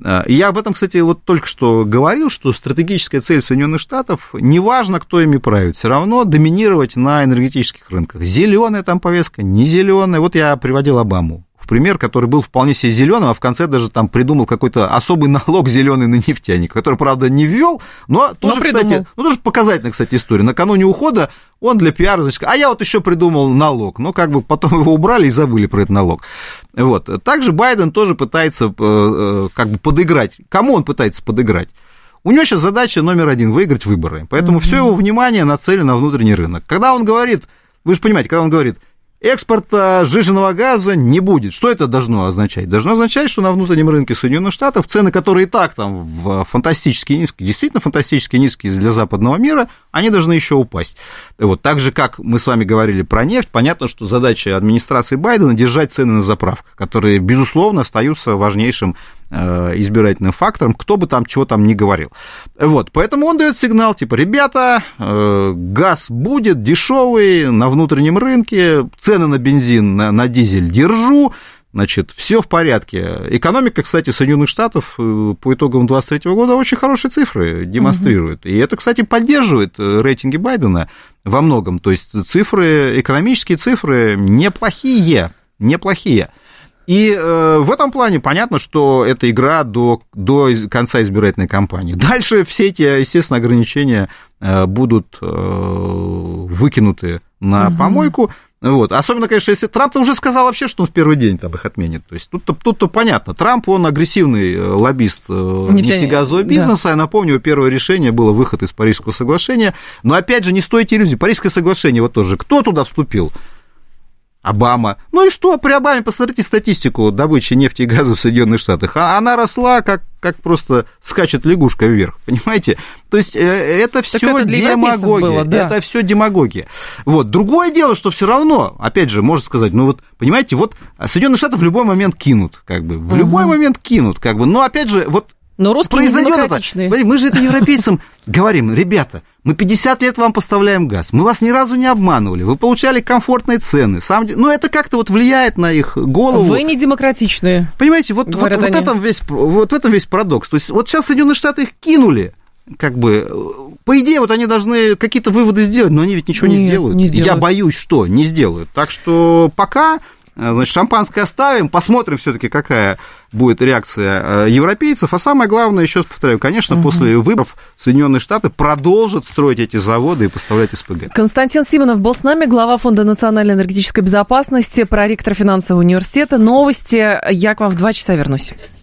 Я об этом, кстати, вот только что говорил, что стратегическая цель Соединенных Штатов, неважно, кто ими правит, все равно доминировать на энергетических рынках. Зеленая там повестка, не зеленая. Вот я приводил Обаму в пример, который был вполне себе зеленым, а в конце даже там придумал какой-то особый налог зеленый на нефтяник, который, правда, не ввел, но тоже, но кстати, ну, тоже показательная, кстати, история. Накануне ухода он для пиара, значит, а я вот еще придумал налог, но как бы потом его убрали и забыли про этот налог. Вот. Также Байден тоже пытается как бы подыграть. Кому он пытается подыграть? У него сейчас задача номер один – выиграть выборы. Поэтому mm-hmm. все его внимание нацелено на внутренний рынок. Когда он говорит, вы же понимаете, когда он говорит, экспорта сжиженного газа не будет. Что это должно означать? Должно означать, что на внутреннем рынке Соединенных Штатов цены, которые и так там фантастически низкие, действительно фантастически низкие для западного мира, они должны еще упасть. Вот. Так же, как мы с вами говорили про нефть, понятно, что задача администрации Байдена – держать цены на заправках, которые, безусловно, остаются важнейшим избирательным фактором, кто бы там чего там ни говорил. Вот, поэтому он дает сигнал, типа, ребята, газ будет дешевый на внутреннем рынке, цены на бензин, на, на дизель держу, значит, все в порядке. Экономика, кстати, Соединенных Штатов по итогам двадцать третьего года очень хорошие цифры демонстрирует. Угу. И это, кстати, поддерживает рейтинги Байдена во многом. То есть цифры, экономические цифры неплохие, неплохие. И э, в этом плане понятно, что это игра до, до конца избирательной кампании. Дальше все эти, естественно, ограничения э, будут э, выкинуты на угу. помойку. Вот. Особенно, конечно, если Трамп-то уже сказал вообще, что он в первый день там их отменит. То есть тут-то, тут-то понятно. Трамп, он агрессивный лоббист нефтегазового бизнеса. Да. Я напомню, его первое решение было выход из Парижского соглашения. Но, опять же, не стойте иллюзий. Парижское соглашение вот тоже. Кто туда вступил? Обама. Ну и что, при Обаме посмотрите статистику добычи нефти и газа в Соединенных Штатах. А она росла, как, как просто скачет лягушка вверх, понимаете? То есть это все демагогия. Было, да. Это все демагогия. Вот. Другое дело, что все равно, опять же, можно сказать, ну вот, понимаете, вот Соединенные Штаты в любой момент кинут, как бы, в угу. любой момент кинут, как бы, но опять же, вот. Но русские не демократичные. Мы же это европейцам говорим, ребята, мы пятьдесят лет вам поставляем газ, мы вас ни разу не обманывали, вы получали комфортные цены. Сам... Ну, это как-то вот влияет на их голову. Вы не демократичные. Понимаете, вот, вот, вот, этом весь, вот в этом весь парадокс. То есть вот сейчас Соединенные Штаты их кинули, как бы, по идее, вот они должны какие-то выводы сделать, но они ведь ничего Нет, не сделают. Не сделают. Я боюсь, что не сделают. Так что пока... Значит, шампанское оставим, посмотрим все-таки, какая будет реакция европейцев. А самое главное, еще раз повторяю, конечно, угу. после выборов Соединенные Штаты продолжат строить эти заводы и поставлять СПГ. Константин Симонов был с нами, глава Фонда национальной энергетической безопасности, проректор финансового университета. Новости. Я к вам в два часа вернусь.